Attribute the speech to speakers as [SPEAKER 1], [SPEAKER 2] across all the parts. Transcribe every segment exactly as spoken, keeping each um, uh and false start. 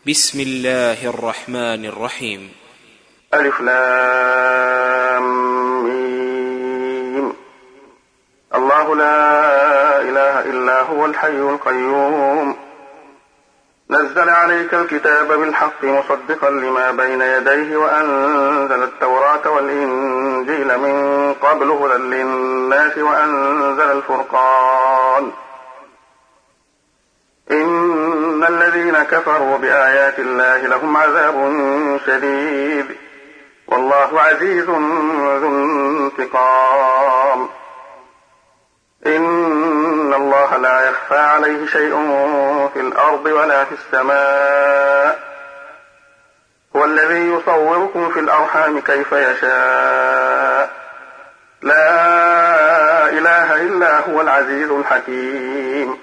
[SPEAKER 1] بسم الله الرحمن الرحيم.
[SPEAKER 2] ألف لام ميم. الله لا إله إلا هو الحي القيوم نزل عليك الكتاب بالحق مصدقا لما بين يديه وأنزل التوراة والإنجيل من قبل هدى للناس وأنزل الفرقان إن الذين كفروا بآيات الله لهم عذاب شديد والله عزيز ذو انتقام. إن الله لا يخفى عليه شيء في الأرض ولا في السماء هو الذي يصوركم في الأرحام كيف يشاء لا إله إلا هو العزيز الحكيم.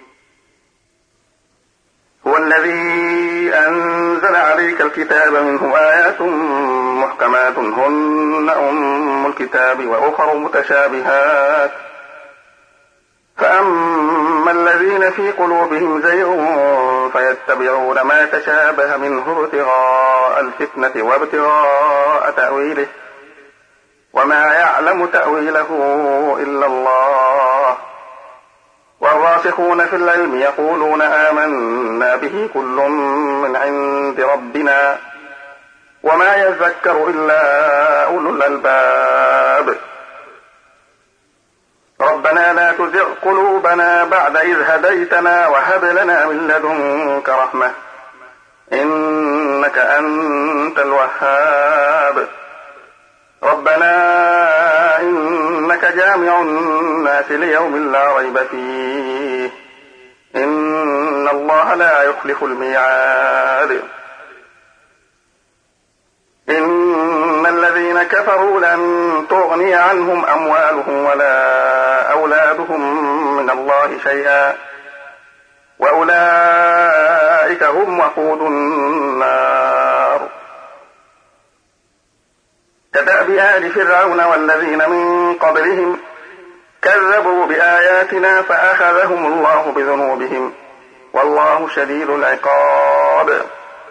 [SPEAKER 2] هو الذي أنزل عليك الكتاب منه آيات محكمات هن أم الكتاب وأخر متشابهات فأما الذين في قلوبهم زيغ فيتبعون ما تشابه منه ابتغاء الفتنة وابتغاء تأويله وما يعلم تأويله إلا الله والراسخون في العلم يقولون آمنا به كل من عند ربنا وما يذكر إلا أولو الألباب. ربنا لا تزغ قلوبنا بعد إذ هديتنا وهب لنا من لدنك رحمة إنك أنت الوهاب. ربنا إنك جامع الناس ليوم لا ريب فيه إن الله لا يخلف الميعاد. إن الذين كفروا لن تغني عنهم أموالهم ولا أولادهم من الله شيئا وأولئك هم وقود النار. كدأب آل فرعون والذين من قبلهم كذبوا بآياتنا فأخذهم الله بذنوبهم والله شديد العقاب.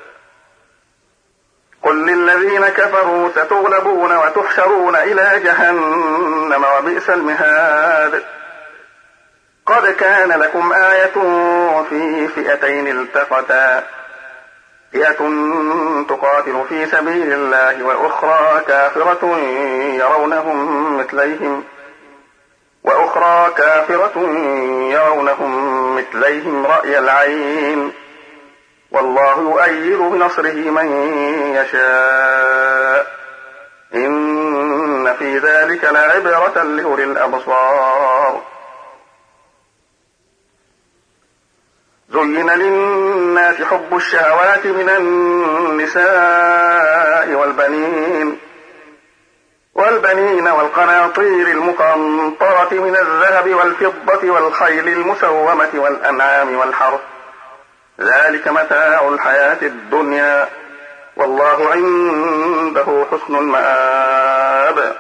[SPEAKER 2] قل للذين كفروا ستغلبون وتحشرون إلى جهنم وبئس المهاد. قد كان لكم آية في فئتين التقتا فئة تقاتل في سبيل الله وأخرى كافرة يرونهم مثليهم وأخرى كافرة يرونهم مثليهم رأي العين والله يؤيد بنصره من يشاء إن في ذلك لعبرة لأولي الأبصار. زين للناس حب الشهوات من النساء والبنين والبنين والقناطير المقنطرة من الذهب والفضة والخيل المسومة والأنعام والحرث ذلك متاع الحياة الدنيا والله عنده حسن المآب.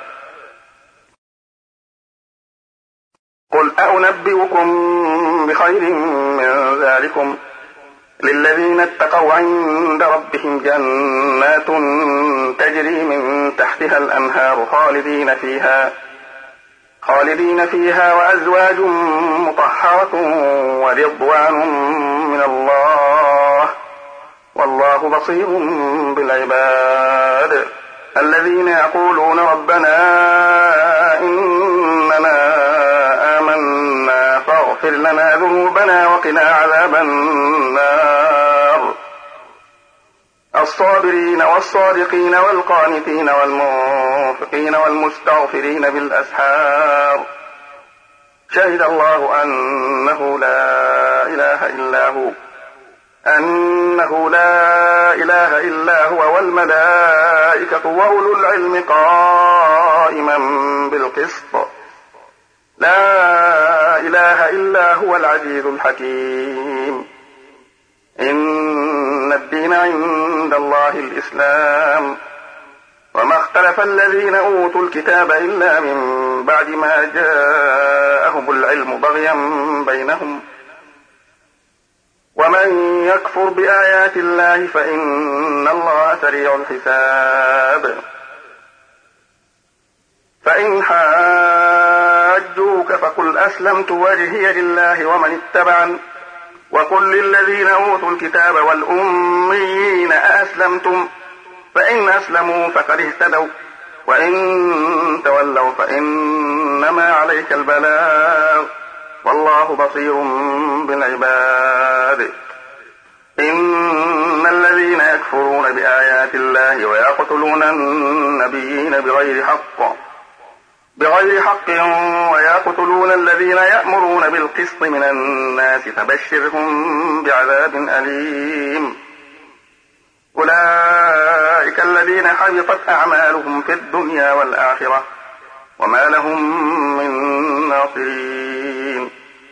[SPEAKER 2] قل أنبئكم بخير من ذلكم للذين اتقوا عند ربهم جنات تجري من تحتها الأنهار خالدين فيها خالدين فيها وأزواج مطهرة ورضوان من الله والله بصير بالعباد. الذين يقولون ربنا إننا آمنا فاغفر لنا ذنوبنا وقنا عذاب النار. الصابرين والصادقين والقانتين والمنفقين والمستغفرين بالأسحار شهد الله أنه لا إله إلا هو أنه لا إله إلا هو والملائكة وأولو العلم قائما بالقسط لا إله إلا هو العزيز الحكيم. إن الدين عند الله الإسلام وما اختلف الذين أوتوا الكتاب إلا من بعد ما جاءهم العلم بغيا بينهم ومن يكفر بآيات الله فإن الله سريع الحساب. فإن حاجوك فقل أسلمت وجهي لله ومن اتبعن وقل للذين أوتوا الكتاب والأميين أأسلمتم فإن أسلموا فقد اهتدوا وإن تولوا فإنما عليك البلاغ والله بصير بالعباد. إن الذين يكفرون بآيات الله ويقتلون النبيين بغير حق بغير حق ويقتلون الذين يأمرون بالقسط من الناس فبشرهم بعذاب أليم. أولئك الذين حبطت أعمالهم في الدنيا والآخرة وما لهم من ناصرين.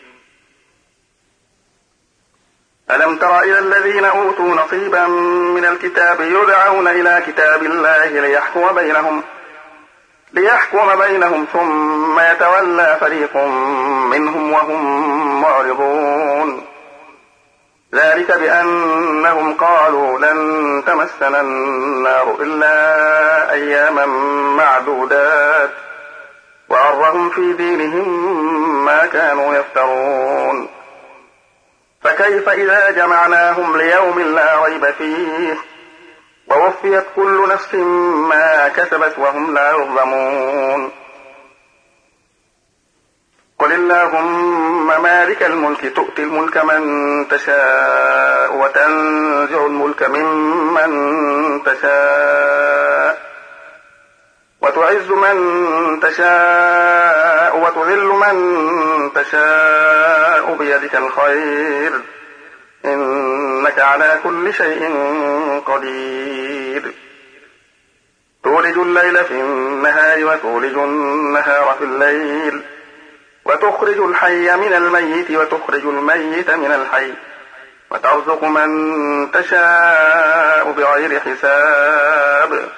[SPEAKER 2] ألم تر إلى الذين أوتوا نصيبا من الكتاب يدعون إلى كتاب الله ليحكم بينهم ليحكم بينهم ثم يتولى فريق منهم وهم معرضون. ذلك بأنهم قالوا لن تمسنا النار إلا أياما معدودات وغرهم في دينهم ما كانوا يفترون. فكيف إذا جمعناهم ليوم لا ريب فيه ووفيت كل نفس ما كسبت وهم لا يظلمون. قل اللهم مالك الملك تؤتي الملك من تشاء وتنزع الملك ممن تشاء وتعز من تشاء وتذل من تشاء بيدك الخير إنك على كل شيء قدير. تولج الليل في النهار وتولج النهار في الليل وتخرج الحي من الميت وتخرج الميت من الحي وترزق من تشاء بغير حساب.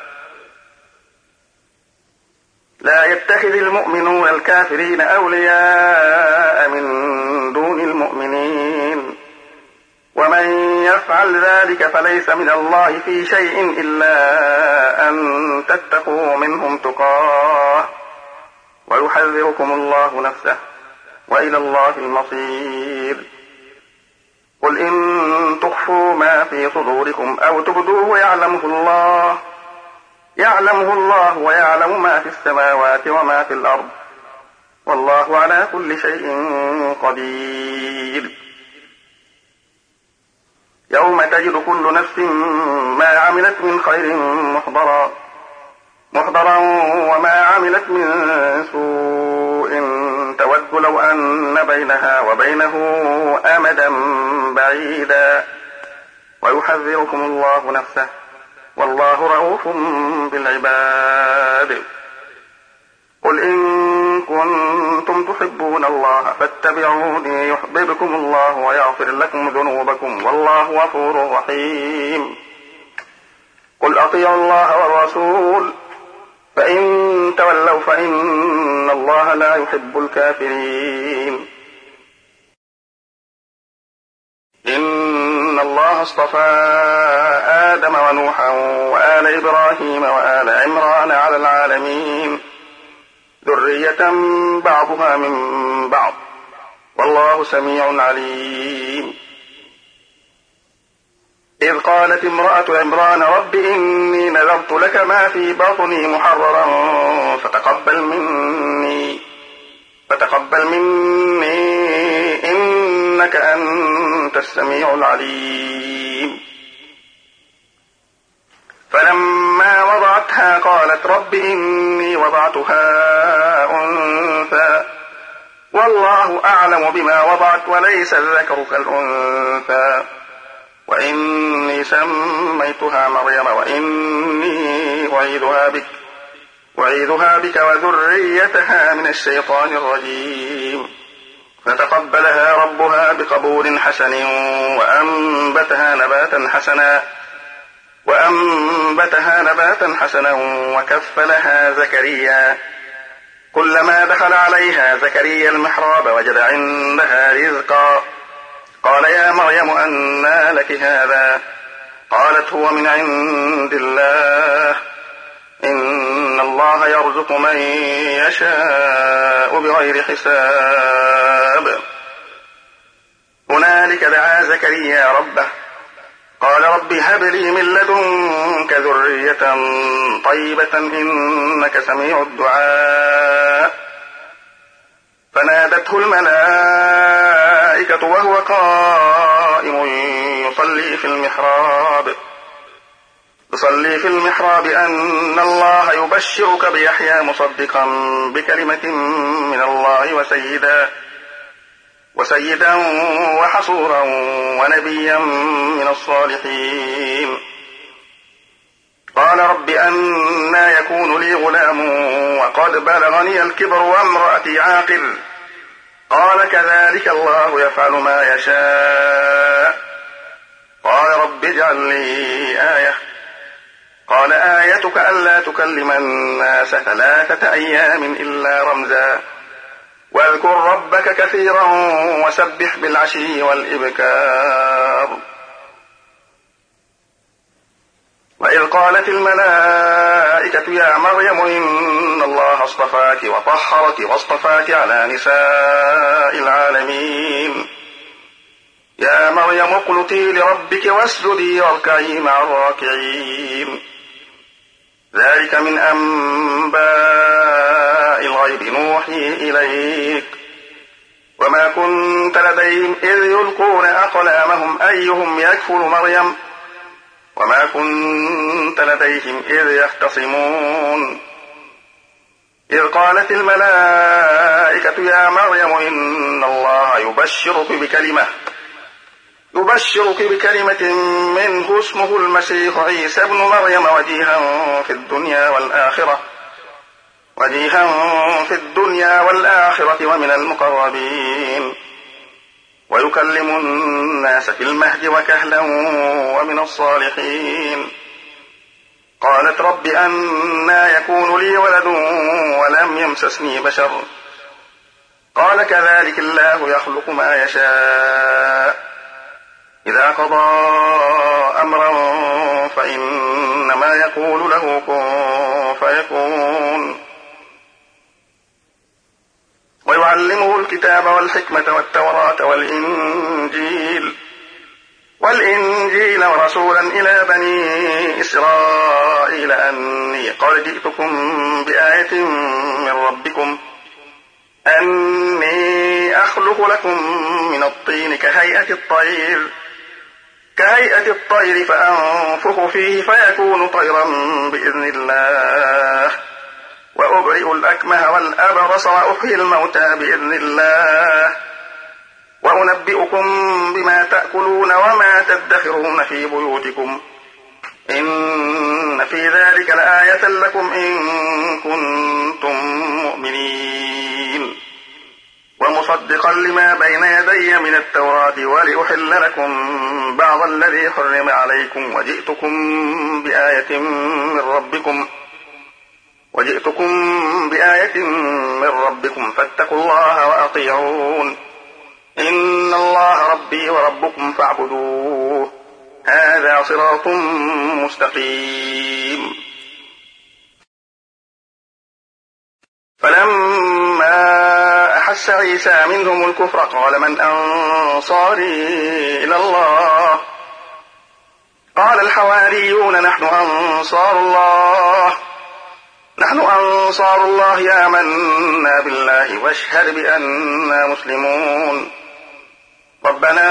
[SPEAKER 2] لا يتخذ المؤمنون الكافرين أولياء من دون المؤمنين ومن يفعل ذلك فليس من الله في شيء إلا أن تتقوا منهم تقاه ويحذركم الله نفسه وإلى الله المصير. قل إن تخفوا ما في صدوركم أو تبدوه يعلمه الله يعلمه الله ويعلم ما في السماوات وما في الأرض والله على كل شيء قدير. يوم تجد كل نفس ما عملت من خير محضرا محضرا وما عملت من سوء تود لو أن بينها وبينه أمدا بعيدا ويحذركم الله نفسه والله رؤوف بالعباد. قل إن كنتم تحبون الله فاتبعوني يحببكم الله ويغفر لكم ذنوبكم والله غفور رحيم. قل أطيعوا الله والرسول فإن تولوا فإن الله لا يحب الكافرين. إن الله اصطفى آدم ونوحا وآل إبراهيم وآل عمران على العالمين ذرية بعضها من بعض والله سميع عليم. إذ قالت امرأة عمران رب إني نذرت لك ما في بطني محررا فتقبل مني فتقبل مني إنك أنت السميع العليم. فلما وضعتها قالت رب إني وضعتها أنثى والله أعلم بما وضعت وليس الذكر كالأنثى وإني سميتها مريم وإني أعيذها بك وأعيذها بك وذريتها من الشيطان الرجيم. فتقبلها ربها بقبول حسن وأنبتها نباتا حسنا وأنبتها نباتا حسنا وكفلها زكريا كلما دخل عليها زكريا المحراب وجد عندها رزقا قال يا مريم أنى لك هذا؟ قالت هو من عند الله، إن الله يرزق من يشاء بغير حساب. هنالك دعا زكريا ربه قال رب هب لي من لدنك ذرية طيبة إنك سميع الدعاء. فنادته الملائكة وهو قائم يصلي في المحراب يصلي في المحراب أن الله يبشرك بيحيى مصدقا بكلمة من الله وسيدا وسيدا وحصورا ونبيا من الصالحين. قال رب أنى يكون لي غلام وقد بلغني الكبر وامرأتي عاقر؟ قال كذلك الله يفعل ما يشاء. قال رب اجعل لي آية. قال آيتك ألا تكلم الناس ثلاثة أيام إلا رمزا واذكر ربك كثيرا وسبح بالعشي والإبكار. وإذ قالت الملائكة يا مريم إن الله اصطفاك وطهرك واصطفاك على نساء العالمين. يا مريم اقنتي لربك واسجدي واركعي مع الراكعين. ذلك من أنباء الغيب نوحي إليك وما كنت لديهم إذ يلقون أقلامهم أيهم يكفل مريم وما كنت لديهم إذ يختصمون. إذ قالت الملائكة يا مريم إن الله يبشرك بكلمة يبشرك بكلمة منه اسمه المسيح عيسى ابن مريم وجيها في الدنيا والآخرة وجيها في الدنيا والآخرة ومن المقربين ويكلم الناس في المهد وكهلا ومن الصالحين. قالت رب أنى يكون لي ولد ولم يمسسني بشر؟ قال كذلك الله يخلق ما يشاء إذا قضى أمرا فإنما يقول له كن فيكون. ويعلمه الكتاب والحكمة والتوراة والإنجيل والإنجيل ورسولا إلى بني إسرائيل أني قد جئتكم بآية من ربكم أني أخلق لكم من الطين كهيئة الطير كهيئة الطير فأنفخ فيه فيكون طيرا بإذن الله وأبرئ الأكمه والأبرص وأحيي الموتى بإذن الله وأنبئكم بما تأكلون وما تدخرون في بيوتكم إن في ذلك لآية لكم إن كنتم مؤمنين. ومصدقا لما بين يدي من التوراة ولأحل لكم بعض الذي حرم عليكم وجئتكم بآية من ربكم وجئتكم بآية من ربكم فاتقوا الله وأطيعون إن الله ربي وربكم فاعبدوه هذا صراط مستقيم. فلما أحس عيسى منهم الكفر قال من أنصاري إلى الله؟ قال الحواريون نحن أنصار الله نحن أنصار الله آمنا بالله واشهد بأننا مسلمون. ربنا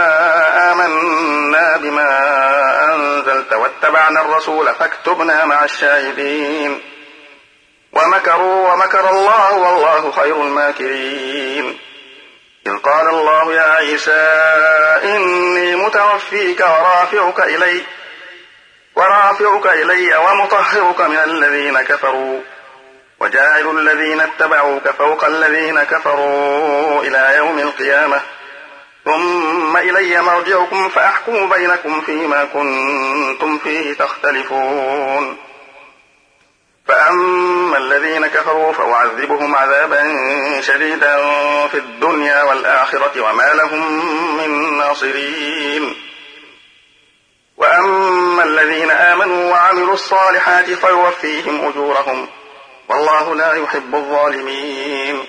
[SPEAKER 2] آمنا بما أنزلت واتبعنا الرسول فاكتبنا مع الشاهدين. ومكروا ومكر الله والله خير الماكرين. إذ قال الله يا عيسى إني متوفيك ورافعك إلي ورافعك إلي ومطهرك من الذين كفروا وجاعل الذين اتبعوك فوق الذين كفروا إلى يوم القيامة ثم إلي مرجعكم فأحكم بينكم فيما كنتم فيه تختلفون. فأما الذين كفروا فأعذبهم عذابا شديدا في الدنيا والآخرة وما لهم من ناصرين. وأما الذين آمنوا وعملوا الصالحات فيوفيهم أجورهم والله لا يحب الظالمين.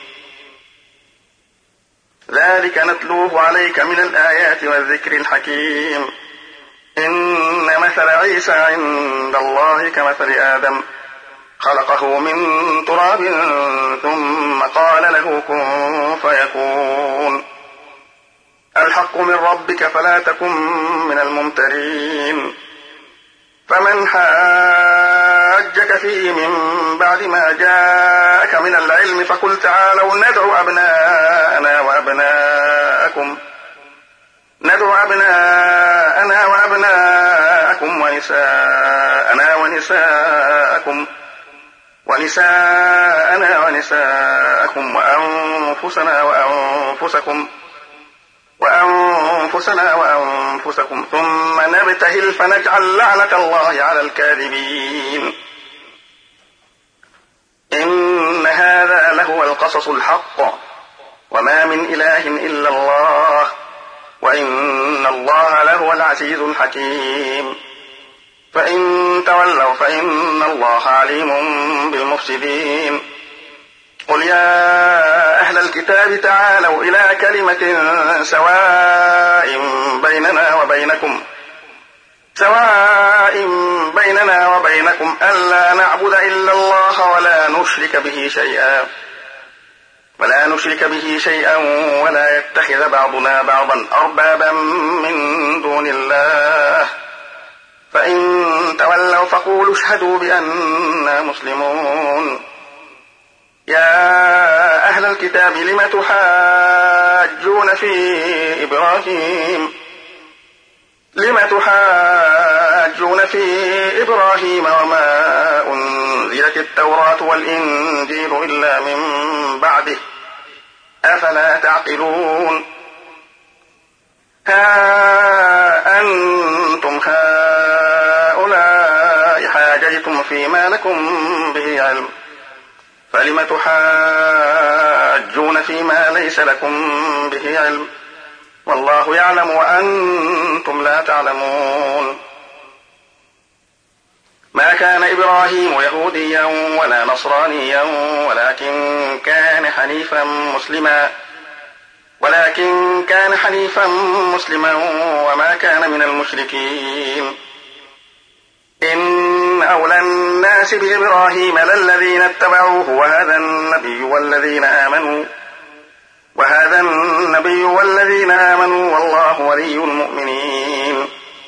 [SPEAKER 2] ذلك نتلوه عليك من الآيات والذكر الحكيم. إن مثل عيسى عند الله كمثل آدم خلقه من تراب ثم قال له كن فيكون. الحق من ربك فلا تكن من الممترين. فمن حاجك فيه من بعد ما جاءك من العلم فقل تعالوا ندعو أبناءنا وأبناءكم ندعو أبناءنا وأبناءكم ونساءنا ونساءكم ونساءنا ونساءكم وأنفسنا وأنفسكم وأنفسنا وأنفسكم ثم نبتهل فنجعل لعنة الله على الكاذبين. إن هذا لهو القصص الحق وما من إله إلا الله وإن الله لهو العزيز الحكيم. فإن تولوا فإن الله عليم بالمفسدين. قل يا أهل الكتاب تعالوا إلى كلمة سواء بيننا وبينكم سواء بيننا وبينكم ألا نعبد إلا الله ولا نشرك به شيئا ولا نشرك به شيئا ولا يتخذ بعضنا بعضا أربابا من دون الله. فإن تولوا فقولوا اشهدوا بأننا مسلمون. يا أهل الكتاب لم تحاجون في إبراهيم لم تحاجون في إبراهيم وما أنزلت التوراة والإنجيل إلا من بعده أفلا تعقلون. ها أنتم هؤلاء حاججتم فيما لكم به علم فلم تحاجون فيما ليس لكم به علم والله يعلم وأنتم لا تعلمون. ما كان إبراهيم يهوديا ولا نصرانيا ولكن كان حنيفا مسلما ولكن كان حنيفا مسلما وما كان من المشركين. إن أولى الناس بإبراهيم للذين اتبعوه وهذا النبي والذين آمنوا وهذا النبي والذين آمنوا والله ولي المؤمنين.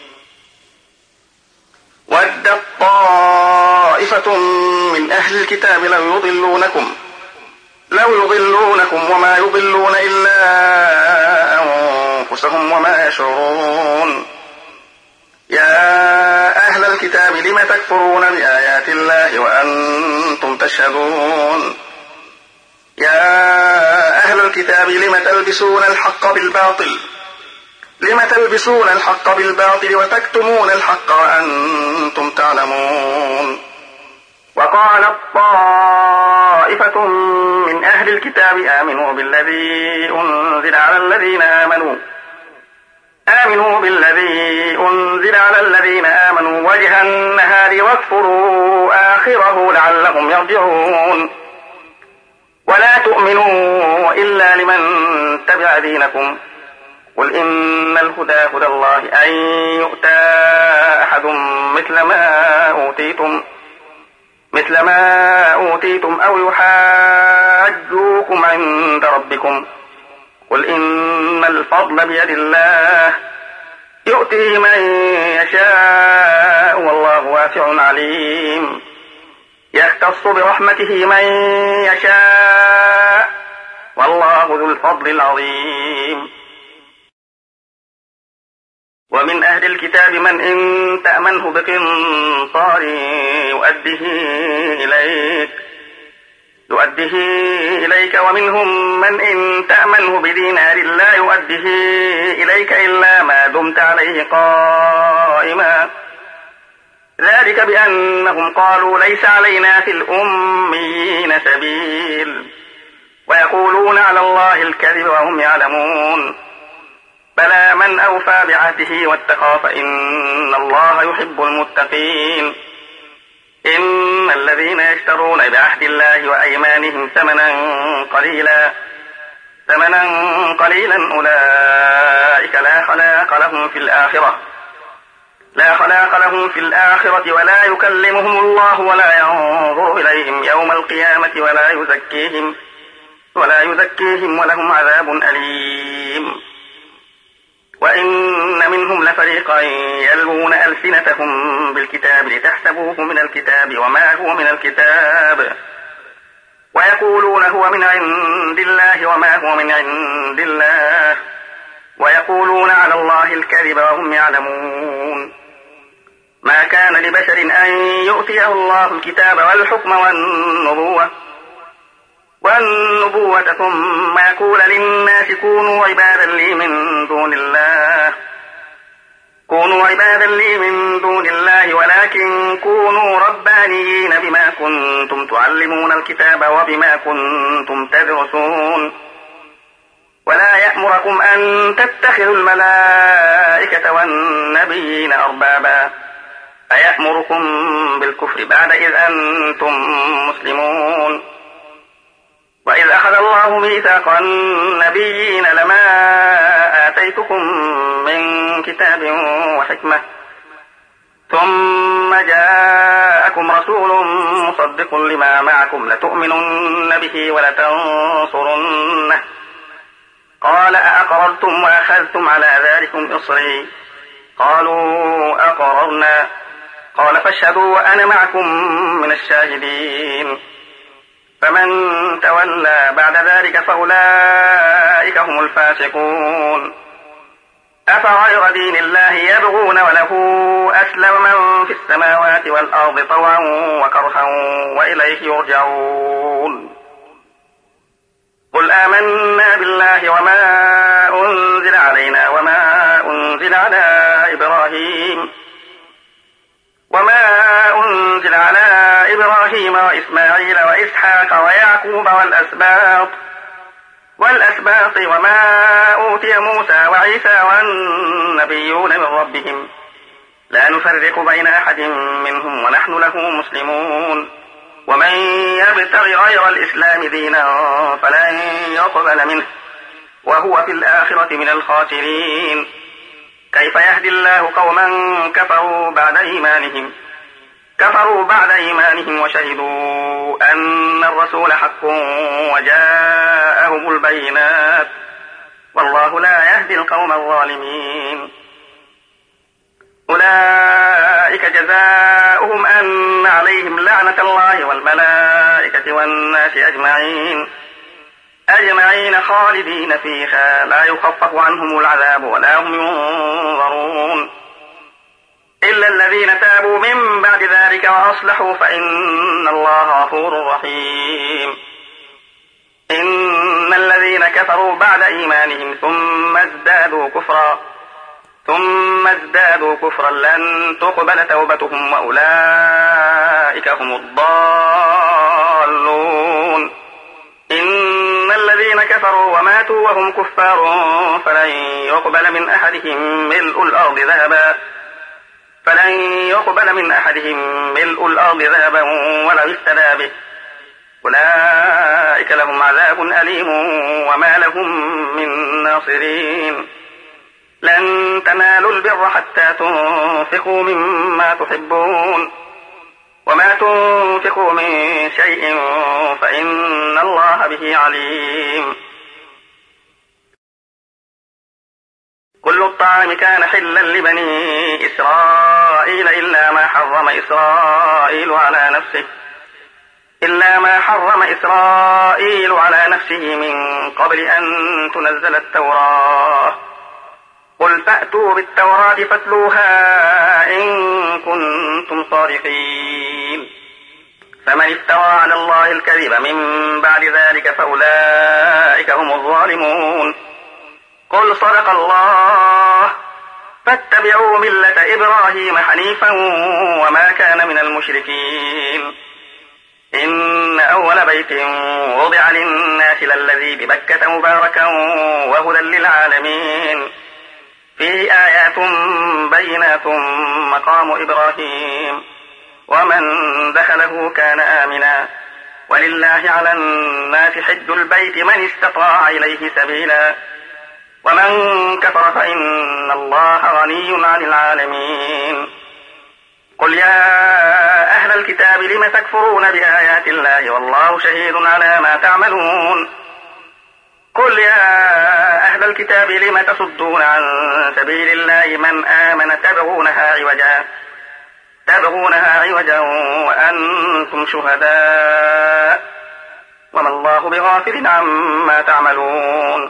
[SPEAKER 2] ودت طائفة من أهل الكتاب لو يضلونكم لو يضلونكم وما يضلون إلا أنفسهم وما يشعرون. يا أهل الكتاب لم تكفرون بآيات الله وأنتم تشهدون. يا أهل الكتاب لم تلبسون الحق بالباطل لم تلبسون الحق بالباطل وتكتمون الحق وأنتم تعلمون. وقالت طائفة من أهل الكتاب آمنوا بالذي أنزل على الذين آمنوا آمنوا بالذي أنزل على الذين آمنوا وجه النهار واكفروا آخره لعلهم يرجعون. ولا تؤمنوا إلا لمن تبع دينكم قل إن الهدى هدى الله أن يؤتى أحد مثل ما أوتيتم مثل ما أوتيتم أو يحاجوكم عند ربكم قل إن الفضل بيد الله يؤتيه من يشاء والله واسع عليم. يختص برحمته من يشاء والله ذو الفضل العظيم. ومن أهل الكتاب من إن تأمنه بقنطار يؤديه إليك يؤديه إليك ومنهم من إن تأمنه بدينار لا يؤديه إليك إلا ما دمت عليه قائما ذلك بأنهم قالوا ليس علينا في الأميين سبيل ويقولون على الله الكذب وهم يعلمون بلى من أوفى بعهده واتقى فإن الله يحب المتقين إن الذين يشترون بعهد الله وأيمانهم ثمنا قليلا ثمنا قليلا أولئك لا خلاق لهم في الآخرة لا خلاق لهم في الآخرة ولا يكلمهم الله ولا ينظر إليهم يوم القيامة ولا يزكيهم ولا يزكيهم ولهم عذاب أليم وإن منهم لفريقا يلوون ألسنتهم بالكتاب لتحسبوه من الكتاب وما هو من الكتاب ويقولون هو من عند الله وما هو من عند الله ويقولون على الله الكذب وهم يعلمون ما كان لبشر أن يؤتيه الله الكتاب والحكم والنبوة والنبوة ثم يقول للناس كونوا عبادا لي من دون الله كونوا عبادا لي من دون الله ولكن كونوا ربانيين بما كنتم تعلمون الكتاب وبما كنتم تدرسون ولا يأمركم أن تتخذوا الملائكة والنبيين أربابا أيأمركم بالكفر بعد إذ أنتم مسلمون وإذ أخذ الله ميثاق النبيين لما آتيتكم من كتاب وحكمة ثم جاءكم رسول مصدق لما معكم لتؤمنن به ولتنصرنه قال أأقررتم وأخذتم على ذلكم إصري قالوا أقررنا قال فاشهدوا وأنا معكم من الشاهدين فمن تولى بعد ذلك فأولئك هم الفاسقون أفغير دين الله يبغون وله أسلم من في السماوات والأرض طوعا وكرها وإليه يرجعون قل آمنا بالله وما أنزل علينا وما أنزل على إبراهيم وما أنزل على إبراهيم وإسماعيل وإسحاق ويعقوب والأسباط والأسباط وما أوتي موسى وعيسى والنبيون من ربهم لا نفرق بين أحد منهم ونحن له مسلمون ومن يبتغ غير الإسلام دينا فلن يقبل منه وهو في الآخرة من الخاسرين كيف يهدي الله قوما كفروا بعد إيمانهم كفروا بعد إيمانهم وشهدوا أن الرسول حق وجاءهم البينات والله لا يهدي القوم الظالمين أولئك جزاؤهم أن عليهم لعنة الله والملائكة والناس أجمعين أجمعين خالدين فيها لا يخفف عنهم العذاب ولا هم ينظرون إلا الذين تابوا من بعد ذلك وأصلحوا فإن الله غفور رحيم إن الذين كفروا بعد إيمانهم ثم ازدادوا كفرا ثم ازدادوا كفرا لن تقبل توبتهم وأولئك هم الضالون إن الذين كفروا وماتوا وهم كفار فلن يقبل من أحدهم ملء الأرض ذهبا فلن يقبل من أحدهم ملء الأرض ذهبا ولو افتدى به أولئك لهم عذاب أليم وما لهم من ناصرين لن تنالوا البر حتى تنفقوا مما تحبون وما تنفقوا من شيء فإن الله به عليم كل الطعام كان حلا لبني إسرائيل إلا ما حرم إسرائيل على نفسه إلا ما حرم إسرائيل على نفسه من قبل أن تنزل التوراة قل فأتوا بالتوراة فاتلوها إن كنتم صادقين فمن افترى على الله الكذب من بعد ذلك فأولئك هم الظالمون قل صدق الله فاتبعوا ملة إبراهيم حنيفا وما كان من المشركين. إن أول بيت وضع للناس للذي ببكة مباركا وهدى للعالمين فيه آيات بينات مقام إبراهيم ومن دخله كان آمنا ولله على الناس حج البيت من استطاع إليه سبيلا ومن كفر فإن الله غني عن العالمين. قل يا أهل الكتاب لم تكفرون بآيات الله والله شهيد على ما تعملون. قل يا أهل الكتاب لم تصدون عن سبيل الله من آمن تبغونها عوجا تبغونها عوجا وأنتم شهداء وما الله بغافل عما تعملون.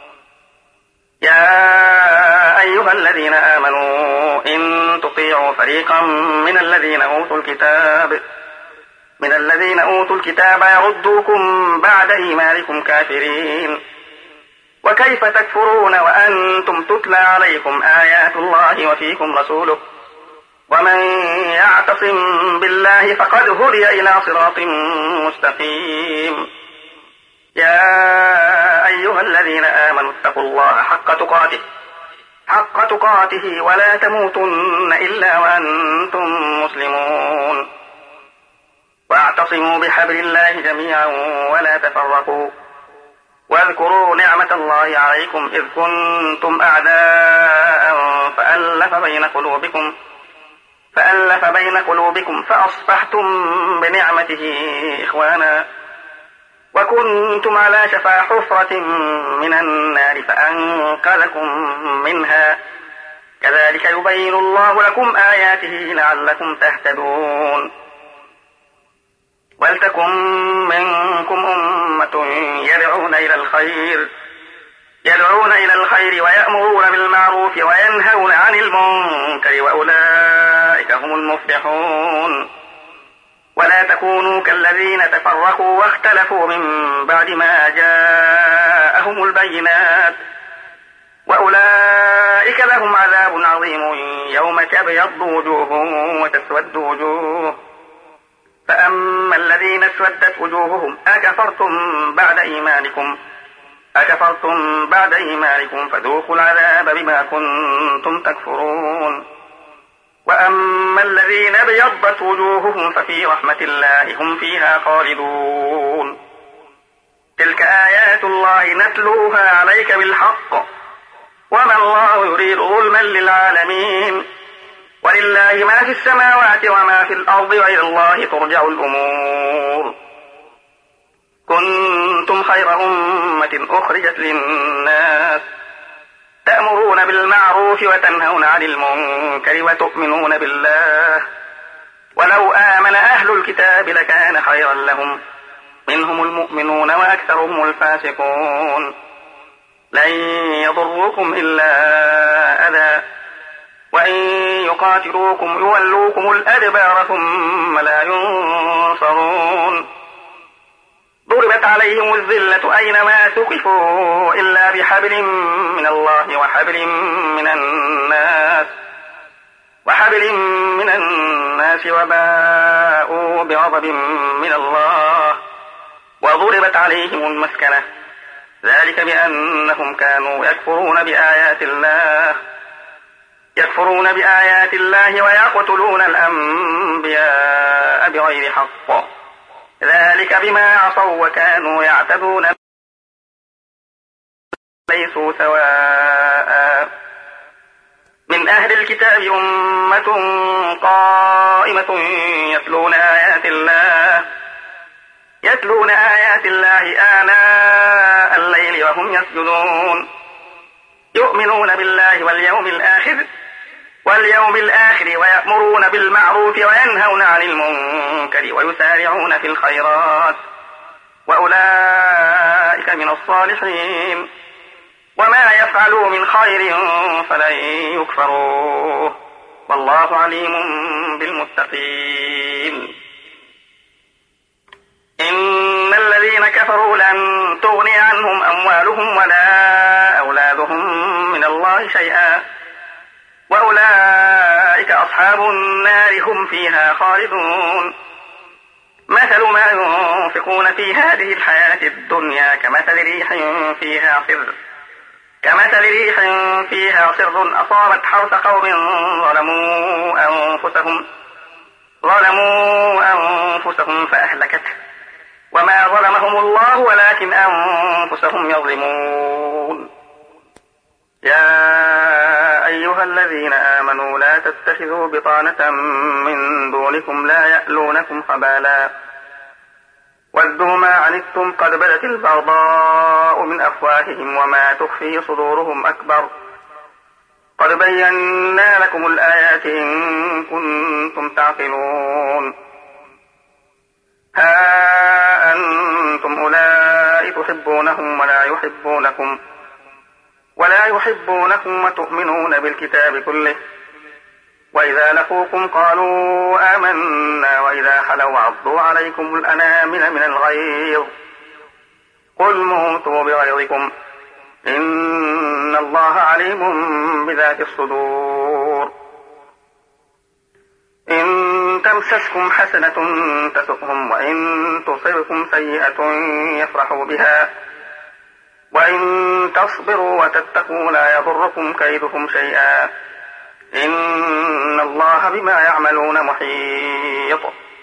[SPEAKER 2] يا أيها الذين آمنوا إن تطيعوا فريقا من الذين أوتوا الكتاب من الذين أوتوا الكتاب يردوكم بعد إيمانكم كافرين وكيف تكفرون وأنتم تتلى عليكم آيات الله وفيكم رسوله ومن يعتصم بالله فقد هدي إلى صراط مستقيم. يا أيها الذين آمنوا اتقوا الله حق تقاته حق تقاته ولا تموتن إلا وأنتم مسلمون. واعتصموا بحبل الله جميعا ولا تفرقوا واذكروا نعمة الله عليكم إذ كنتم أعداء فألف بين قلوبكم فألف بين قلوبكم فأصبحتم بنعمته إخوانا وكنتم على شفا حفرة من النار فأنقذكم منها كذلك يبين الله لكم آياته لعلكم تهتدون. ولتكن منكم أمة يدعون إلى الخير يدعون إلى الخير ويأمرون بالمعروف وينهون عن المنكر وأولئك هم المفلحون. ولا تكونوا كالذين تفرقوا واختلفوا من بعد ما جاءهم البينات وأولئك لهم عذاب عظيم يوم تبيض وجوه وتسود وجوه فأما الذين اسودت وجوههم أكفرتم بعد إيمانكم أكفرتم بعد إيمانكم فذوقوا العذاب بما كنتم تكفرون. وأما الذين ابيضت وجوههم ففي رحمة الله هم فيها خالدون. تلك آيات الله نتلوها عليك بالحق وما الله يريد ظلما للعالمين ولله ما في السماوات وما في الأرض وإلى الله ترجع الأمور. كنتم خير أمة أخرجت للناس تأمرون بالمعروف وتنهون عن المنكر وتؤمنون بالله ولو آمن أهل الكتاب لكان خيرا لهم منهم المؤمنون وأكثرهم الفاسقون. لن يضروكم إلا أذى وإن يقاتلوكم يولوكم الأدبار ثم لا ينصرون. ضربت عليهم الذلة أينما ثقفوا إلا بحبل من الله وحبل من الناس وحبل من الناس وباءوا بغضب من الله وضربت عليهم المسكنة ذلك بأنهم كانوا يكفرون بآيات الله يكفرون بآيات الله ويقتلون الأنبياء بغير حق ذلك بما عصوا وكانوا يعتدون ليسوا سواء. من أهل الكتاب أمة قائمة يتلون آيات الله يتلون آيات الله آناء الليل وهم يسجدون يؤمنون بالله واليوم الآخر واليوم الآخر ويأمرون بالمعروف وينهون عن المنكر ويسارعون في الخيرات وأولئك من الصالحين. وما يفعلوا من خير فلن يكفروه والله عليم بالمتقين. إن الذين كفروا لن تغني عنهم أموالهم ولا أولادهم من الله شيئا وأصحاب النار هم فيها خالدون. مثل ما ينفقون في هذه الحياة الدنيا كمثل ريح فيها صر كمثل ريح فيها صر أصابت حرث قوم ظلموا أنفسهم ظلموا أنفسهم فأهلكته وما ظلمهم الله ولكن أنفسهم يظلمون. يا أيها الذين آمنوا لا تتخذوا بطانة من دونكم لا يألونكم خبالا ودوا ما عنتم قد بدت البغضاء من أفواههم وما تخفي صدورهم أكبر قد بينا لكم الآيات إن كنتم تعقلون. ها أنتم أولئك تحبونهم ولا يحبونكم ولا يحبونكم وتؤمنون بالكتاب كله وإذا لقوكم قالوا آمنا وإذا خلوا عضوا عليكم الأنامل من الغيظ قل موتوا بغيظكم إن الله عليم بذات الصدور. إن تمسسكم حسنة تسؤهم وإن تصبكم سيئة يفرحوا بها وإن تصبروا وتتقوا لا يضركم كيدهم شيئا إن الله بما يعملون محيط.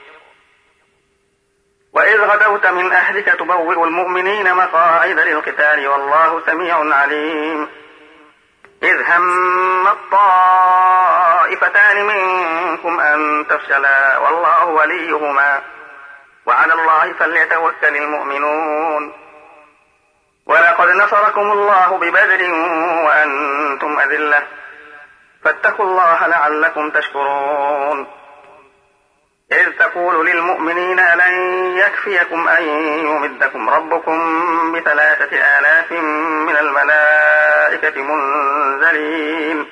[SPEAKER 2] وإذ غدوت من أهلك تبوئ المؤمنين مقاعد للقتال والله سميع عليم. إذ هم الطائفتان منكم أن تفشلا والله وليهما وعلى الله فليتوكل المؤمنون. ولقد نصركم الله ببدر وأنتم أذلة فاتقوا الله لعلكم تشكرون. إذ تقول للمؤمنين ألن يكفيكم أن يمدكم ربكم بثلاثة آلاف من الملائكة منزلين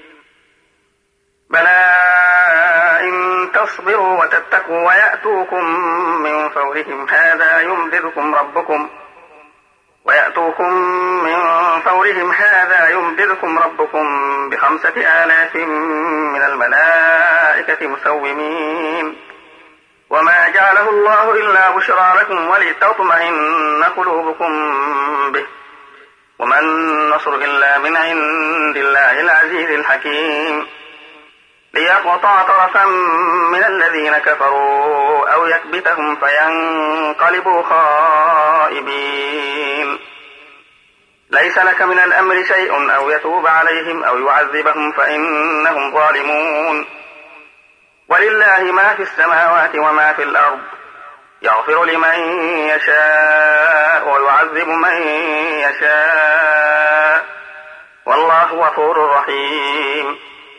[SPEAKER 2] بلى إن تصبروا وتتقوا ويأتوكم من فورهم هذا يمددكم ربكم ويأتوكم من فورهم هذا يمددكم ربكم بخمسة آلاف من الملائكة مسومين وما جعله الله إلا بشرى لكم ولتطمئن قلوبكم به وما النصر إلا من عند الله العزيز الحكيم. ليقطع طرفا من الذين كفروا أو يكبتهم فينقلبوا خائبين. ليس لك من الأمر شيء أو يتوب عليهم أو يعذبهم فإنهم ظالمون. ولله ما في السماوات وما في الأرض يغفر لمن يشاء ويعذب من يشاء والله غفور رحيم.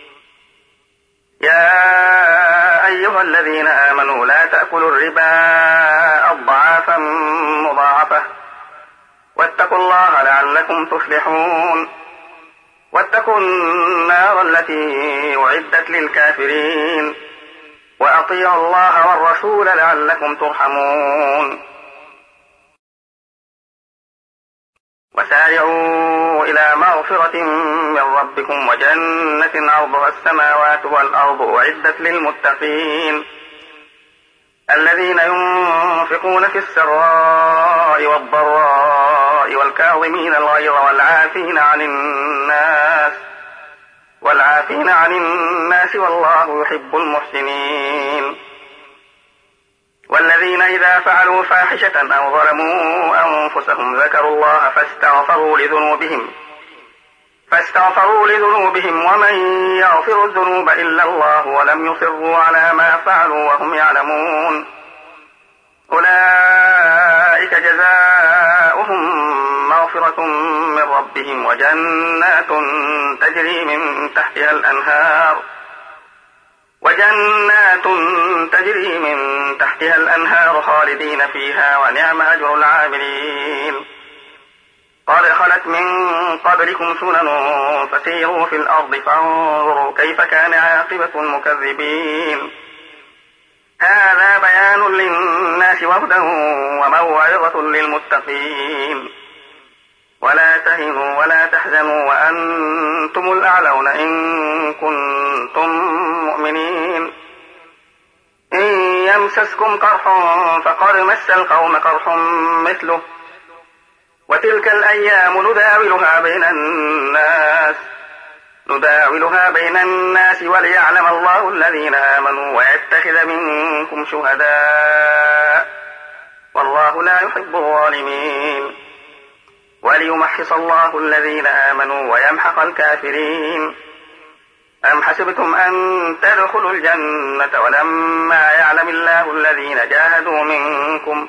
[SPEAKER 2] يا أيها الذين آمنوا لا تأكلوا الربا أضعافا مضاعفة واتقوا الله لعلكم تفلحون. واتقوا النار التي أعدت للكافرين وأطيعوا الله والرسول لعلكم ترحمون. وسارعوا إلى مغفرة من ربكم وجنة عرضها السماوات والأرض أعدت للمتقين الذين ينفقون في السراء والضراء والكاظمين الغيظ والعافين عن الناس والعافين عن الناس والله يحب المحسنين. والذين إذا فعلوا فاحشة أو ظلموا أنفسهم ذكروا الله فاستغفروا لذنوبهم فاستغفروا لذنوبهم ومن يغفر الذنوب إلا الله ولم يصروا على ما فعلوا وهم يعلمون أولئك جزاؤهم مغفرة من ربهم وجنات تجري من تحتها الأنهار وجنات تجري من تحتها الأنهار خالدين فيها ونعم أجر العاملين. قد خلت من قبلكم سنن فسيروا في الأرض فانظروا كيف كان عاقبة المكذبين. هذا بيان للناس وهدى وموعظة للمتقين. ولا تهنوا ولا تحزنوا وأنتم الأعلون إن كنتم مؤمنين يمسسكم قرح فقد مس القوم قرح مثله وتلك الأيام نداولها بين الناس نداولها بين الناس وليعلم الله الذين آمنوا ويتخذ منكم شهداء والله لا يحب الظالمين وليمحص الله الذين آمنوا ويمحق الكافرين. أم حسبتم أن تدخلوا الجنة ولما يعلم الله الذين جاهدوا منكم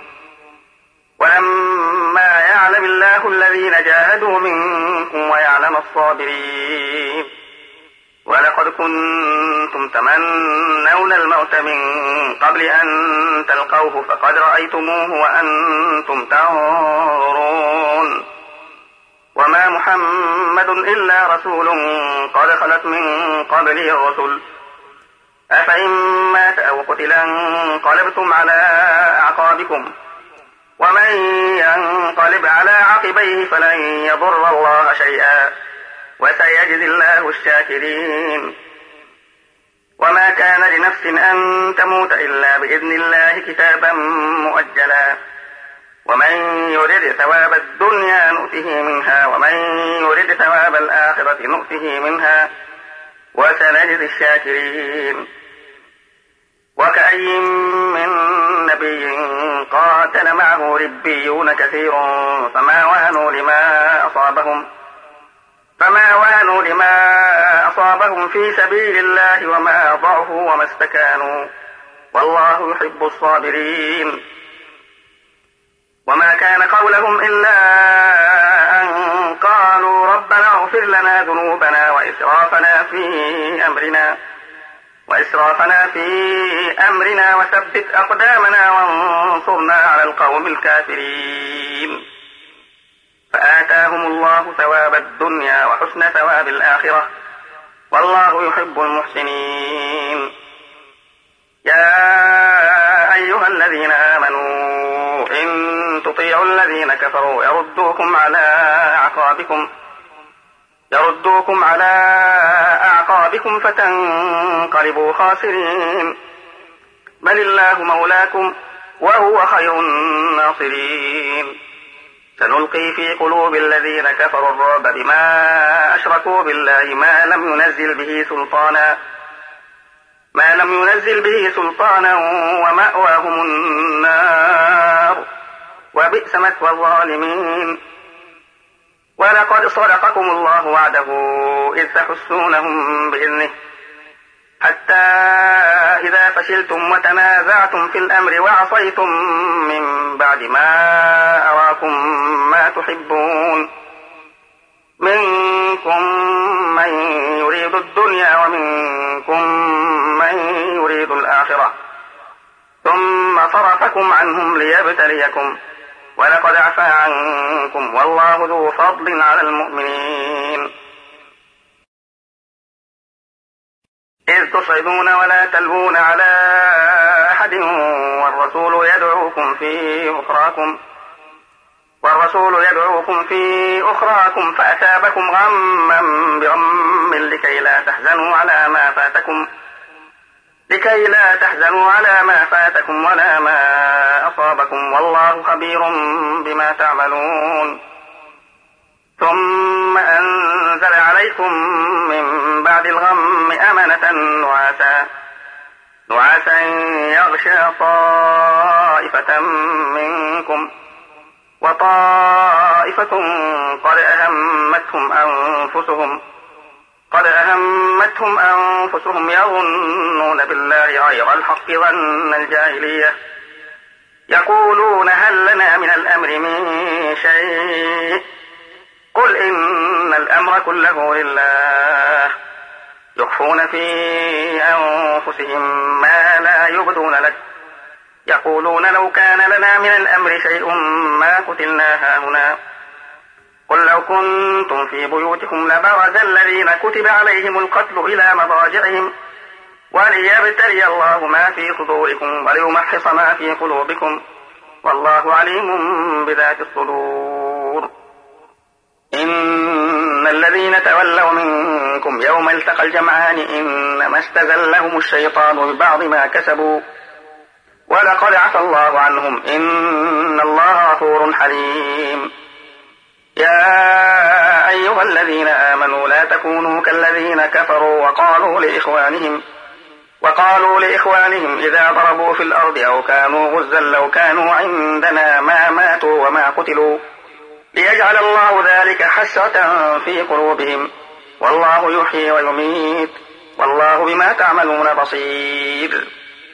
[SPEAKER 2] ولما يعلم الله الذين جاهدوا منكم ويعلم الصابرين. ولقد كنتم تمنون الموت من قبل أن تلقوه فقد رأيتموه وأنتم تنظرون. وما محمد إلا رسول قد خلت من قبله الرسل أفإن مات أو قتل انقلبتم على أعقابكم ومن ينقلب على عقبيه فلن يضر الله شيئا وسيجزي الله الشاكرين. وما كان لنفس أن تموت إلا بإذن الله كتابا مؤجلا ومن يرد ثواب الدنيا نؤته منها ومن يرد ثواب الآخرة نؤته منها وسنجزي الشاكرين. وكأي من نبي قاتل معه ربيون كثير فما وهنوا لما أصابهم فما وهنوا لما أصابهم في سبيل الله وما ضعفوا وما استكانوا والله يحب الصابرين. وما كان قولهم إلا أن قالوا ربنا اغفر لنا ذنوبنا وإسرافنا في أمرنا وإسرافنا في أمرنا وثبت أقدامنا وانصرنا على القوم الكافرين. فآتاهم الله ثواب الدنيا وحسن ثواب الآخرة والله يحب المحسنين. يا أيها الذين آمنوا إن تطيعوا الذين كفروا يردوكم على أعقابكم يردوكم على أعقابكم فتنقلبوا خاسرين. بل الله مولاكم وهو خير الناصرين. سنلقي في قلوب الذين كفروا الرعب بما أشركوا بالله ما لم ينزل به سلطانا ما لم ينزل به سلطانا ومأواهم النار وبئس مثوى الظالمين. ولقد صدقكم الله وعده إذ تحسونهم بإذنه حتى إذا فشلتم وتنازعتم في الأمر وعصيتم من بعد ما أراكم ما تحبون منكم من يريد الدنيا ومنكم من يريد الآخرة ثم صرفكم عنهم ليبتليكم ولقد عفا عنكم والله ذو فضل على المؤمنين. إذ تصعدون ولا تلوون على أحد والرسول يدعوكم في أخراكم والرسول يدعوكم في أخراكم فأثابكم غما بغم لكي لا تحزنوا على ما فاتكم لكي لا تحزنوا على ما فاتكم ولا ما أصابكم والله خبير بما تعملون. ثم أنزل عليكم من بعد الغم أمنة نعاسا نعاسا يغشى طائفة منكم وطائفة قد أهمتهم أنفسهم قد أهمتهم أنفسهم يظنون بالله غير الحق ظن الجاهلية يقولون هل لنا من الأمر من شيء قل إن الأمر كله لله يخفون في أنفسهم ما لا يبدون لك يقولون لو كان لنا من الأمر شيء ما قتلنا هاهنا قل لو كنتم في بيوتكم لبرز الذين كتب عليهم القتل إلى مضاجعهم وليبتلي الله ما في صدوركم وليمحص ما في قلوبكم والله عليم بذات الصدور. إن الذين تولوا منكم يوم التقى الجمعان إنما استزلهم الشيطان ببعض ما كسبوا ولقد عفى الله عنهم إن الله غفور حليم. يا أيها الذين آمنوا لا تكونوا كالذين كفروا وقالوا لإخوانهم وقالوا لإخوانهم إذا ضربوا في الأرض أو كانوا غزا لو كانوا عندنا ما ماتوا وما قتلوا ليجعل الله ذلك حسرة في قلوبهم والله يحيي ويميت والله بما تعملون بصير.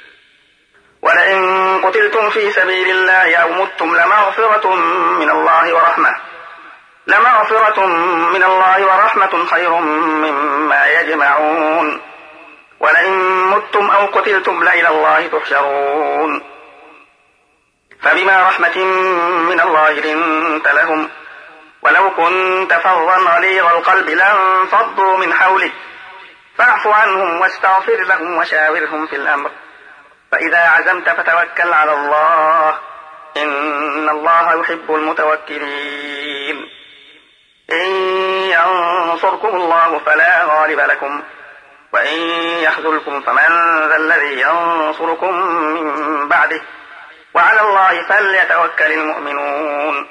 [SPEAKER 2] ولئن قتلتم في سبيل الله أو متم لمغفرة من الله ورحمة لمغفرة من الله ورحمة خير مما يجمعون. ولئن متم أو قتلتم لإلى الله تحشرون. فبما رحمة من الله لنت لهم ولو كنت فظا غليظ القلب لانفضوا من حولك فاعف عنهم واستغفر لهم وشاورهم في الأمر فإذا عزمت فتوكل على الله إن الله يحب المتوكلين. إن ينصركم الله فلا غالب لكم وإن يخذلكم فمن ذا الذي ينصركم من بعده وعلى الله فليتوكل المؤمنون.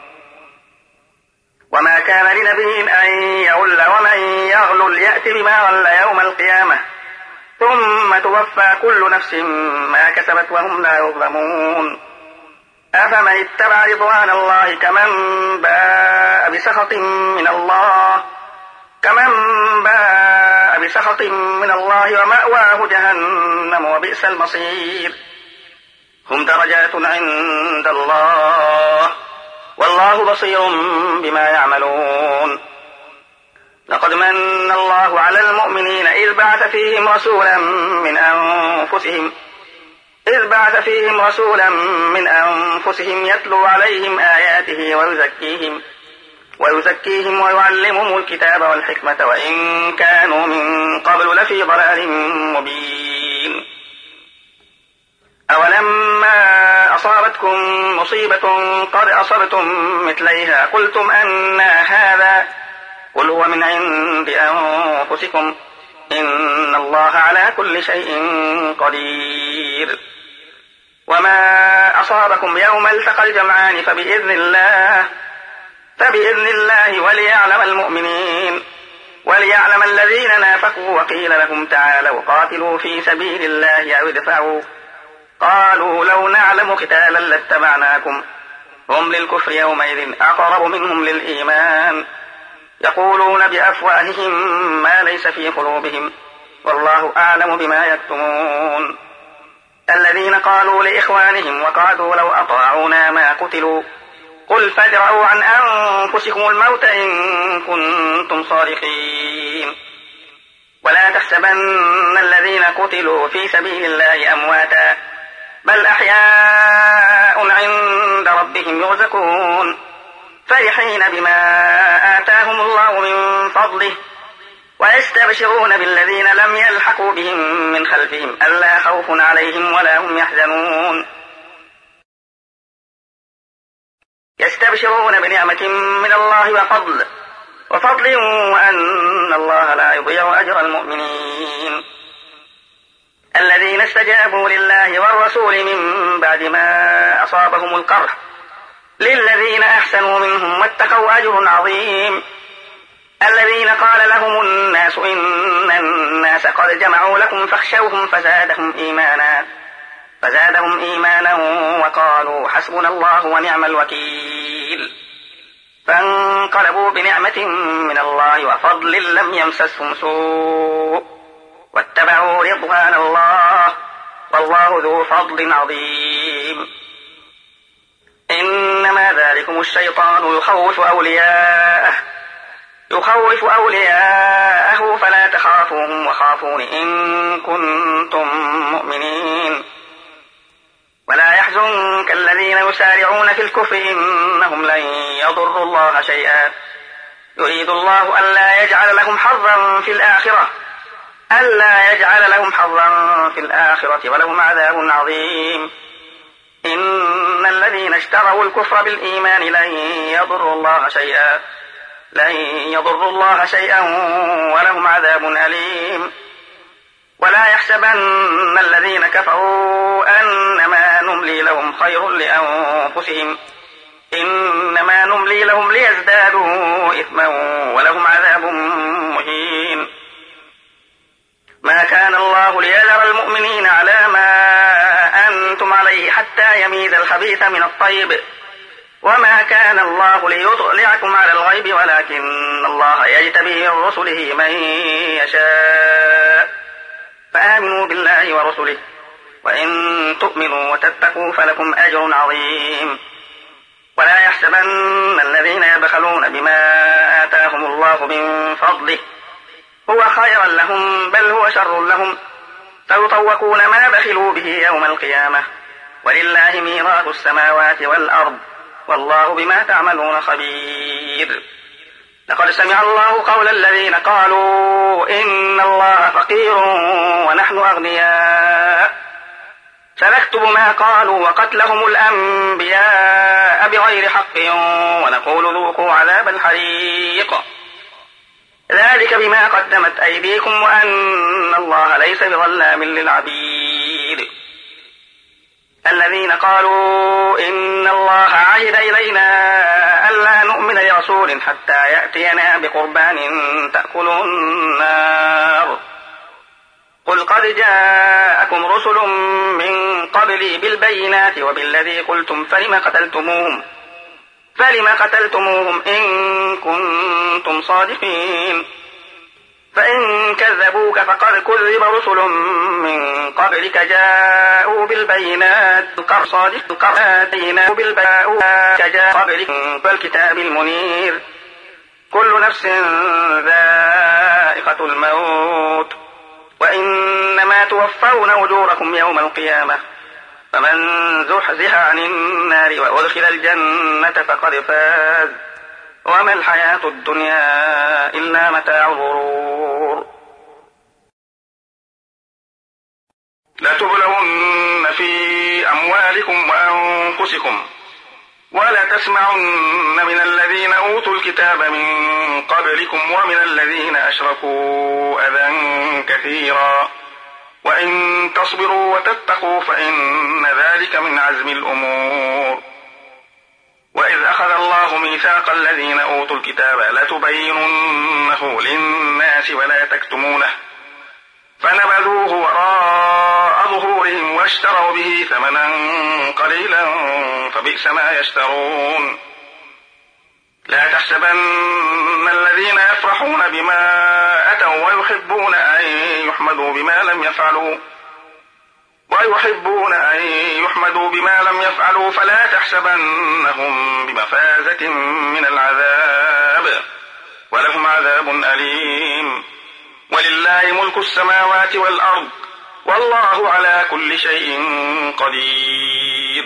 [SPEAKER 2] وما كان لنبي أن يغل ومن يغلل يأت بما غل يوم القيامة ثم توفى كل نفس ما كسبت وهم لا يظلمون. أفمن اتبع رضوان الله كمن باء بسخط من الله كمن باء بسخط من الله ومأواه جهنم وبئس المصير. هم درجات عند الله والله بصير بما يعملون. لقد من الله على المؤمنين إذ بعث فيهم رسولا من أنفسهم إذ بعث فيهم رسولا من أنفسهم يتلو عليهم آياته ويزكيهم ويزكيهم ويعلمهم الكتاب والحكمة وإن كانوا من قبل لفي ضلال مبين. أولما أصابتكم مصيبة قد أصبتم مثليها قلتم أنى هذا قل هو من عند أنفسكم إن الله على كل شيء قدير. وما أصابكم يوم التقى الجمعان فبإذن الله فبإذن الله وليعلم المؤمنين وليعلم الذين نافقوا وقيل لهم تعالوا قاتلوا في سبيل الله أو ادفعوا قالوا لو نعلم قتالا لاتبعناكم هم للكفر يومئذ أقرب منهم للإيمان يقولون بأفواههم ما ليس في قلوبهم والله أعلم بما يكتمون. الذين قالوا لإخوانهم وقعدوا لو أطاعونا ما قتلوا قل فادرءوا عن أنفسكم الموت إن كنتم صادقين. ولا تحسبن الذين قتلوا في سبيل الله أمواتا بل أحياء عند ربهم يرزقون فرحين بما آتاهم الله من فضله ويستبشرون بالذين لم يلحقوا بهم من خلفهم ألا خوف عليهم ولا هم يحزنون. يستبشرون بنعمة من الله وفضل وفضل وأن الله لا يضيع أجر المؤمنين. الذين استجابوا لله والرسول من بعد ما أصابهم القرح للذين أحسنوا منهم واتقوا أجر عظيم. الذين قال لهم الناس إن الناس قد جمعوا لكم فاخشوهم فزادهم إيمانا فزادهم إيمانا وقالوا حسبنا الله ونعم الوكيل. فانقلبوا بنعمة من الله وفضل لم يمسسهم سوء واتبعوا رضوان الله والله ذو فضل عظيم. إنما ذلكم الشيطان يخوف أولياءه يخوف أولياءه فلا تخافوهم وخافون إن كنتم مؤمنين. ولا يحزنك الذين يسارعون في الكفر إنهم لن يضروا الله شيئا يريد الله ألا يجعل لهم حظا في الآخرة ألا يجعل لهم حظا في الآخرة ولهم عذاب عظيم. إن الذين اشتروا الكفر بالإيمان لن يضروا الله شيئا لن يضروا الله شيئا ولهم عذاب أليم. ولا يحسبن الذين كفروا أنما نملي نملي لهم خير لأنفسهم إنما نملي لهم ليزدادوا إثما ولهم عذاب مهين. ما كان الله ليذر المؤمنين على ما أنتم عليه حتى يميز الخبيث من الطيب وما كان الله ليطلعكم على الغيب ولكن الله يجتبي من رسله من يشاء فآمنوا بالله ورسله وإن تؤمنوا وتتقوا فلكم أجر عظيم. ولا يحسبن الذين يبخلون بما آتاهم الله من فضله هو خيرا لهم بل هو شر لهم سيطوقون ما بخلوا به يوم القيامة ولله ميراث السماوات والأرض والله بما تعملون خبير. لقد سمع الله قول الذين قالوا إن الله فقير ونحن أغنياء سنكتب ما قالوا وقتلهم الأنبياء بغير حق ونقول ذوقوا عذاب الحريق ذلك بما قدمت أيديكم وأن الله ليس بظلام للعبيد. الذين قالوا إن الله عهد إلينا ألا نؤمن لرسول حتى يأتينا بقربان تأكله النار قل قد جاءكم رسل من قبلي بالبينات وبالذي قلتم فلم قتلتموهم فلم قتلتموهم إن كنتم صادقين. فإن كذبوك فقد كذب رسل من قبلك جاءوا بالبينات صادق آتينا بالبينات جاء قبلك بالكتاب المنير كل نفس ذائقة الموت وإنما توفون أجوركم يوم القيامة فمن زحزح عن النار وأدخل الجنة فقد فاز وما الحياة الدنيا إلا متاع الغرور. لتبلون في أموالكم وأنفسكم ولا تسمعن من الذين أوتوا الكتاب من قبلكم ومن الذين أشركوا أذى كثيرا وإن تصبروا وتتقوا فإن ذلك من عزم الأمور. وإذ أخذ الله ميثاق الذين أوتوا الكتاب لتبيننه للناس ولا تكتمونه فنبذوه وراء ظهورهم واشتروا به ثمنا قليلا فبئس ما يشترون. لا تحسبن الذين يفرحون بما أتوا ويحبون أن يحمدوا بما لم يفعلوا ويحبون أن يحمدوا بما لم يفعلوا فلا تحسبنهم بمفازة من العذاب ولهم عذاب أليم. ولله ملك السماوات والأرض والله على كل شيء قدير.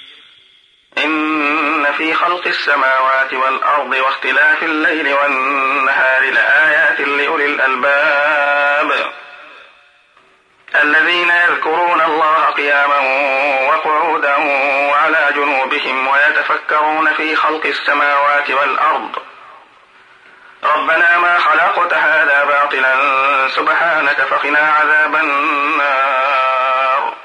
[SPEAKER 2] إن في خلق السماوات والأرض واختلاف الليل والنهار لآيات لأولي الألباب الذين يذكرون الله قياما وقعودا وعلى جنوبهم ويتفكرون في خلق السماوات والأرض ربنا ما خلقت هذا باطلا سبحانك فقنا عذاب النار.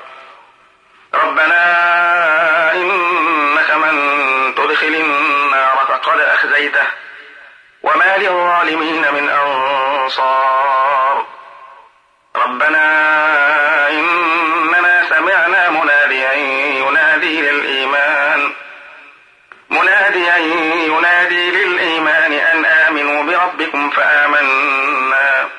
[SPEAKER 2] ربنا إنك من تدخل النار فقد أخزيته وما للظالمين من أنصار. ربنا إننا سمعنا مناديا ينادي للإيمان مناديا ينادي للإيمان أن آمنوا بربكم فآمنا.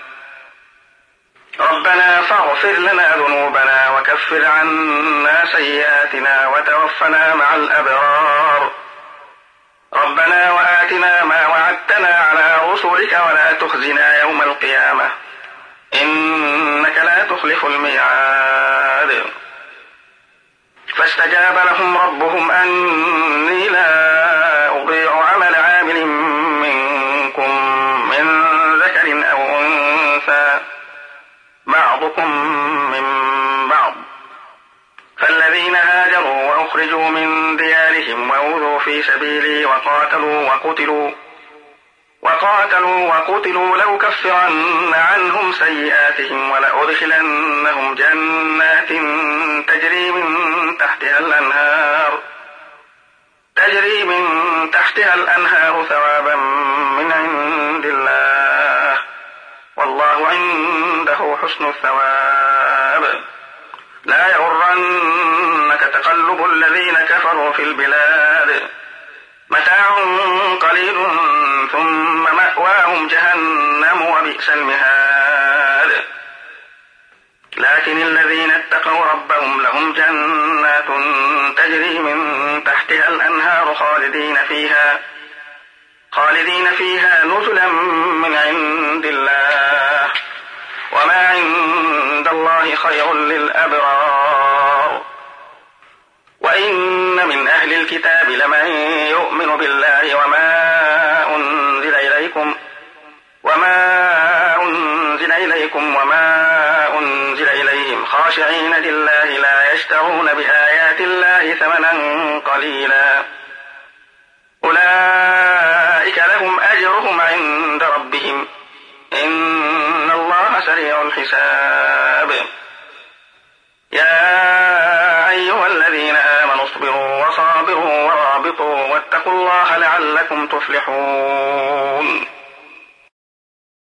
[SPEAKER 2] ربنا فاغفر لنا ذنوبنا وكفر عنا سيئاتنا وتوفنا مع الأبرار. ربنا وآتنا ما وعدتنا على رسلك ولا تخزنا يوم القيامة إنك لا تخلف الميعاد. فاستجاب لهم ربهم أني لا أضيع عمل عامل منكم من ذكر أو أنثى بعضكم من بعض. فالذين هاجروا وأخرجوا من ديارهم وأوذوا في سبيلي وقاتلوا وقتلوا وقاتلوا وقتلوا لأكفرن عنهم سيئاتهم ولأدخلنهم جنات تجري من تحتها الأنهار تحتها الأنهار ثوابا من عند الله والله عنده حسن الثواب. لا يغرنك تقلب الذين كفروا في البلاد متاع قليل ثم مأواهم جهنم وبئس المهاد. لكن الذين اتقوا ربهم لهم جنات تجري من تحتها الأنهار خالدين فيها خالدين فيها نزلا من عند الله وما عند الله خير للأبرار. وإن من أهل الكتاب لمن يؤمن بالله وما أنزل إليكم وما أنزل إليكم وما أنزل إليهم خاشعين لله لا يشترون بآيات الله ثمنا قليلا أولئك لهم أجرهم عند ربهم إن الله سريع الحساب. يا أيها الذين آمنوا اصبروا وصابروا ورابطوا واتقوا الله لعلكم تفلحون.